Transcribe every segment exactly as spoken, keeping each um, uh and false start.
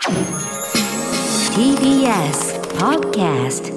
ティービーエス Podcast。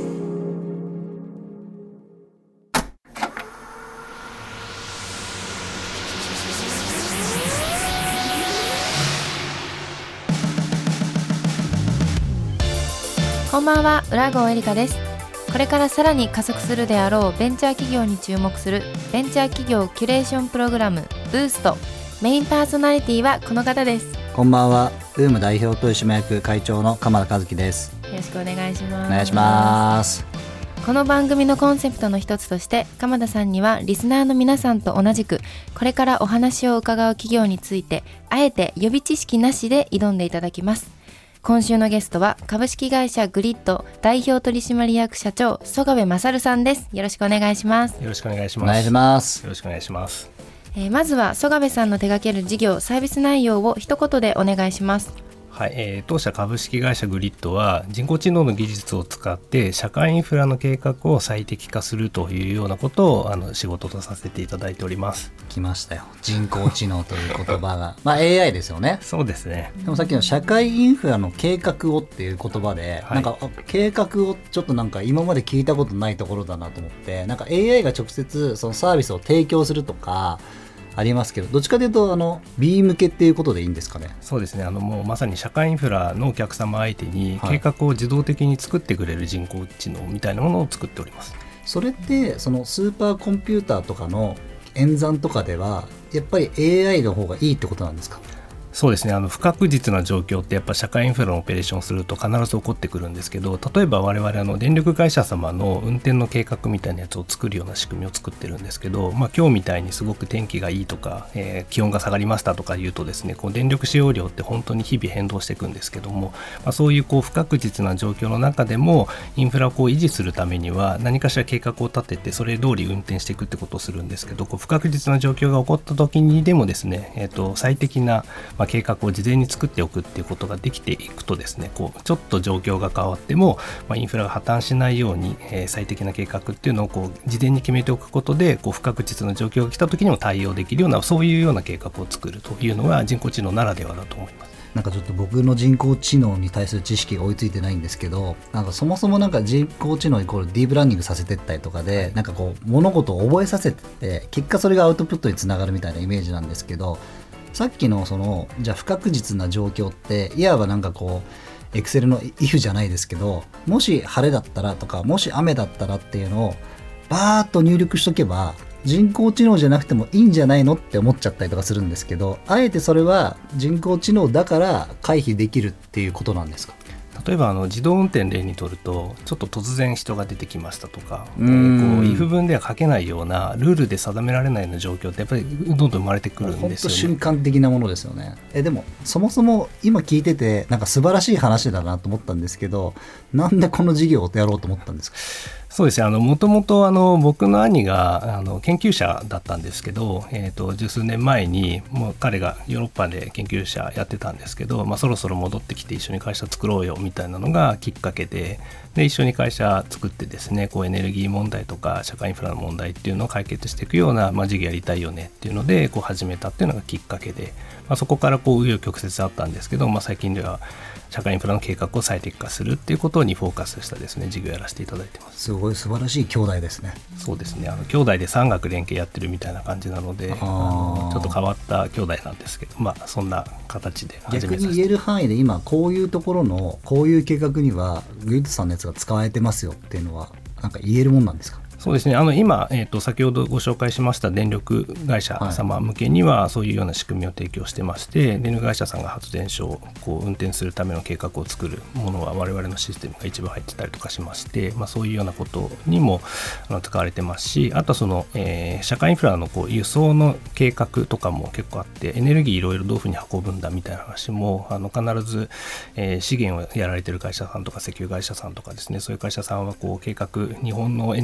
こんばんは、浦郷エリカです。これからさらに加速するであろうベンチャー企業に注目するベンチャー企業キュレーションプログラムブースト。メインパーソナリティはこの方です。 こんばんは、ウーム代表取締役会長の鎌田和樹です。 よろしくお願いします。 お願いします。 この番組のコンセプトの一つとして鎌田さんにはリスナーの皆さんと同じくこれからお話を伺う企業についてあえて予備知識なしで挑んでいただきます。今週のゲストは株式会社グリッド代表取締役社長曽我部勝さんです。よろしくお願いします。 よろしくお願いします。 お願いします。 よろしくお願いします。 えー、まずは曽我部さんの手掛ける事業サービス内容を一言でお願いします。 はい、えー、当社株式会社グリッドは人工知能の技術を使って社会インフラの計画を最適化するというようなことをあの仕事とさせていただいております。 来ましたよ、人工知能という言葉がまあ エーアイ ですよね。 そうですね。 でもさっきの社会インフラの計画をっていう言葉で、はい、なんか計画をちょっとなんか今まで聞いたことないところだなと思って、なんか エーアイ が直接そのサービスを提供するとかありますけど、どっちかというとあの ビー 向けっていうことでいいんですかね。 そうですね。あのもうまさに社会インフラのお客様相手に計画を自動的に作ってくれる人工知能みたいなものを作っております。 はい、それってそのスーパーコンピューターとかの演算とかではやっぱり エーアイ の方がいいってことなんですか。 そうですね。あの不確実な状況ってやっぱ社会インフラのオペレーションをすると必ず起こってくるんですけど、例えば我々あの電力会社様の運転の計画みたいなやつを作るような仕組みを作ってるんですけど、まあ、今日みたいにすごく天気がいいとか、えー、気温が下がりましたとか言うとですね、こう電力使用量って本当に日々変動していくんですけども、まあ、そういうこう不確実な状況の中でもインフラをこう維持するためには何かしら計画を立ててそれ通り運転していくってことをするんですけど、こう不確実な状況が起こった時にでもですね、えーと、最適な、まあ、計画を事前に作っておくっていうことができていくとですね、こうちょっと状況が変わっても、まあ、インフラが破綻しないように、えー、最適な計画っていうのをこう事前に決めておくことで、こう不確実な状況が来た時にも対応できるような、そういうような計画を作るというのが人工知能ならではだと思います。 なんかちょっと僕の人工知能に対する知識が追いついてないんですけど、なんかそもそもなんか人工知能イコールディープラーニングさせてったりとかで、なんかこう物事を覚えさせてって結果それがアウトプットにつながるみたいなイメージなんですけど、さっきのそのじゃあ不確実な状況っていわばなんかこうエクセルの if じゃないですけど、もし晴れだったらとかもし雨だったらっていうのをバーッと入力しとけば人工知能じゃなくてもいいんじゃないのって思っちゃったりとかするんですけど、あえてそれは人工知能だから回避できるっていうことなんですか。 例えばあの自動運転例にとると、ちょっと突然人が出てきましたとか、 うーんこう if 文では書けないようなルールで定められないような状況ってやっぱりどんどん生まれてくるんですよね。 本当瞬間的なものですよね。えでもそもそも今聞いててなんか素晴らしい話だなと思ったんですけど、なんでこの事業をやろうと思ったんですか。 そうですね。もともと僕の兄があの研究者だったんですけど、えー、と十数年前にもう彼がヨーロッパで研究者やってたんですけど、まあ、そろそろ戻ってきて一緒に会社作ろうよみたいなのがきっかけで、で一緒に会社作ってですね、こうエネルギー問題とか社会インフラの問題っていうのを解決していくような、まあ、事業やりたいよねっていうのでこう始めたっていうのがきっかけで、まあ、そこからこう紆余曲折あったんですけど、まあ、最近では社会インフラの計画を最適化するっていうことにフォーカスしたですね事業をやらせていただいてます。 すごい素晴らしい兄弟ですね。 そうですね。あの兄弟で産学連携やってるみたいな感じなので、あのちょっと変わった兄弟なんですけど、まあそんな形で始めさせて。 逆に言える範囲で今こういうところのこういう計画にはグリッドさんのやつが使われてますよっていうのはなんか言えるもんなんですか。 そうですね。あの今、えーと、先ほどご紹介しました電力会社様向けにはそういうような仕組みを提供してまして、電力会社さんが発電所をこう運転するための計画を作るものは我々のシステムが一部入ってたりとかしまして、まあ、そういうようなことにもあの使われてますし、あとはその、えー、社会インフラのこう輸送の計画とかも結構あって、エネルギーいろいろどういうふうに運ぶんだみたいな話もあの必ず、えー、資源をやられてる会社さんとか石油会社さんとかですね、そういう会社さんはこう計画、日本のエネルギーが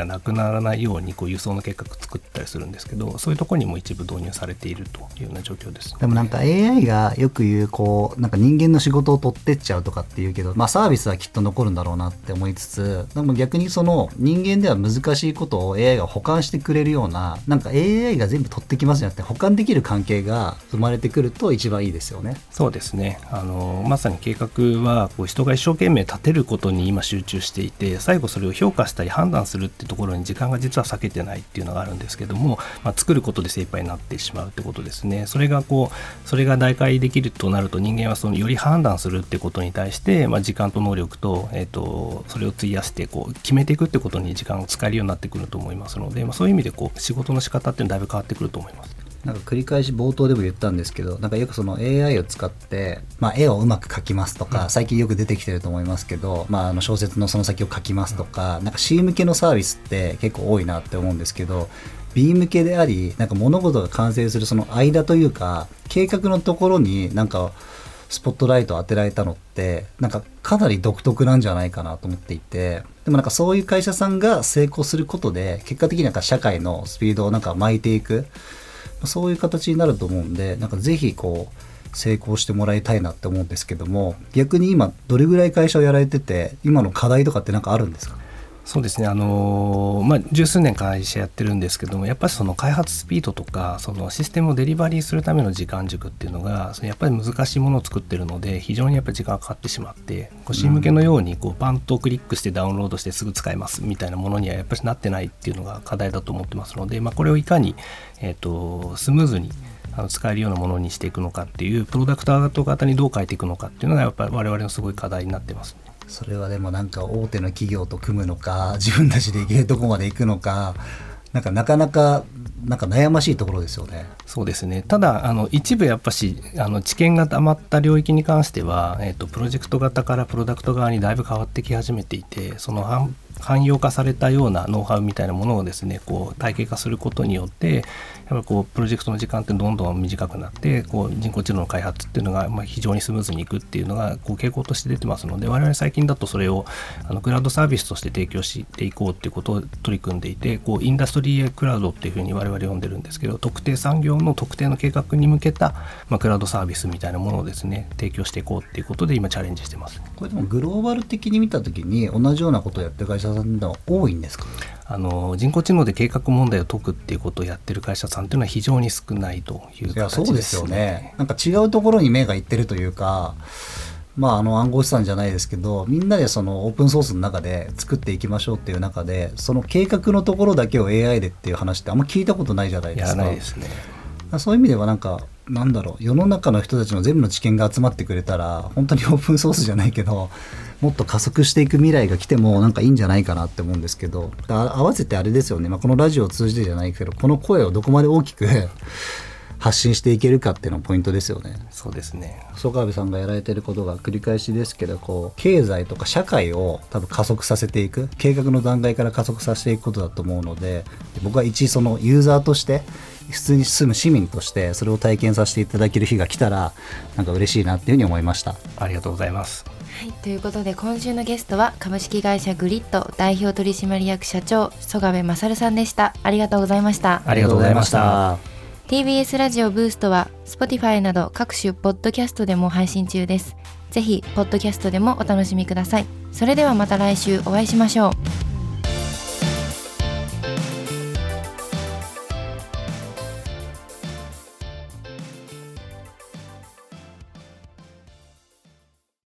なくならないようにこう輸送の計画作ったりするんですけど、そういうところにも一部導入されているというような状況です。 でもなんか エーアイ がよく言うこうなんか人間の仕事を取ってっちゃうとかっていうけど、まあ、サービスはきっと残るんだろうなって思いつつ、でも逆にその人間では難しいことを エーアイ が補完してくれるような、なんか エーアイ が全部取ってきますじゃなくて補完できる関係が生まれてくると一番いいですよね。 そうですね、あのまさに計画はこう人が一生懸命立てることに今集中していて、最後それを評価したり判断するってところに時間が実は割けてないっていうのがあるんですけども、まあ、作ることで精一杯になってしまうってことですね。それがこうそれが代替できるとなると、人間はそのより判断するってことに対して、まあ、時間と能力と、えーと、それを費やしてこう決めていくってことに時間を使えるようになってくると思いますので、まあ、そういう意味でこう仕事の仕方っていうのはだいぶ変わってくると思います。 なんか繰り返し冒頭でも言ったんですけど、なんかよくその エーアイ を使って、まあ、絵をうまく描きますとか、最近よく出てきてると思いますけど、まあ、あの小説のその先を描きますとか、なんか C 向けのサービスって結構多いなって思うんですけど、 B 向けであり、なんか物事が完成するその間というか計画のところになんかスポットライトを当てられたのってなんかかなり独特なんじゃないかなと思っていて、でもなんかそういう会社さんが成功することで結果的になんか社会のスピードをなんか巻いていく、そういう形になると思うんで、なんかぜひこう成功してもらいたいなって思うんですけども、逆に今どれぐらい会社をやられてて今の課題とかってなんかあるんですか？ そうですね、あのーまあ、十数年会社やってるんですけども、やっぱりその開発スピードとかそのシステムをデリバリーするための時間軸っていうのがやっぱり難しいものを作ってるので、非常にやっぱり時間がかかってしまって、こう C 向けのようにこうパンとクリックしてダウンロードしてすぐ使えますみたいなものにはやっぱりなってないっていうのが課題だと思ってますので、まあ、これをいかに、えーと、スムーズにあの使えるようなものにしていくのかっていう、プロダクトアート型にどう変えていくのかっていうのがやっぱり我々のすごい課題になってますね。 それはでもなんか大手の企業と組むのか、自分たちで行けるとこまで行くのか、なんかなかなかなんか悩ましいところですよね。 そうですね。ただあの一部やっぱしあの知見が溜まった領域に関しては、えーと、プロジェクト型からプロダクト側にだいぶ変わってき始めていて、その汎汎用化されたようなノウハウみたいなものをですね、こう体系化することによってやっぱりこうプロジェクトの時間ってどんどん短くなって、こう人工知能の開発っていうのがまあ非常にスムーズにいくっていうのがこう傾向として出てますので、我々最近だとそれをあのクラウドサービスとして提供していこうっていうことを取り組んでいて、こうインダストリークラウドっていうふうに我々呼んでるんですけど、特定産業の特定の計画に向けた、まあ、クラウドサービスみたいなものをですね提供していこうっていうことで今チャレンジしてます。 これでもグローバル的に見たときに同じようなことをやってる会社さんでは多いんですか？ あの人工知能で計画問題を解くっていうことをやってる会社さんというのは非常に少ないという形ですね。いやそうですよね。なんか違うところに目がいってるというか、まあ、あの暗号資産じゃないですけど、みんなでそのオープンソースの中で作っていきましょうっていう中で、その計画のところだけを エーアイ でっていう話ってあんま聞いたことないじゃないですか。 やらないですね。 そういう意味ではなんかなんだろう、世の中の人たちの全部の知見が集まってくれたら本当にオープンソースじゃないけどもっと加速していく未来が来てもなんかいいんじゃないかなって思うんですけど、合わせてあれですよね、まあ、このラジオを通じてじゃないけどこの声をどこまで大きく発信していけるかっていうのがポイントですよね。 そうですね。 曽我部さんがやられてることが繰り返しですけど、こう経済とか社会を多分加速させていく、計画の段階から加速させていくことだと思うので、僕は一そのユーザーとして普通に住む市民としてそれを体験させていただける日が来たらなんか嬉しいなっていうふうに思いました。 ありがとうございます。 はい、ということで今週のゲストは株式会社グリッド代表取締役社長曽我部勝さんでした。ありがとうございました。 ありがとうございました。 ティービーエス ラジオブーストは Spotify など各種ポッドキャストでも配信中です。ぜひポッドキャストでもお楽しみください。それではまた来週お会いしましょう。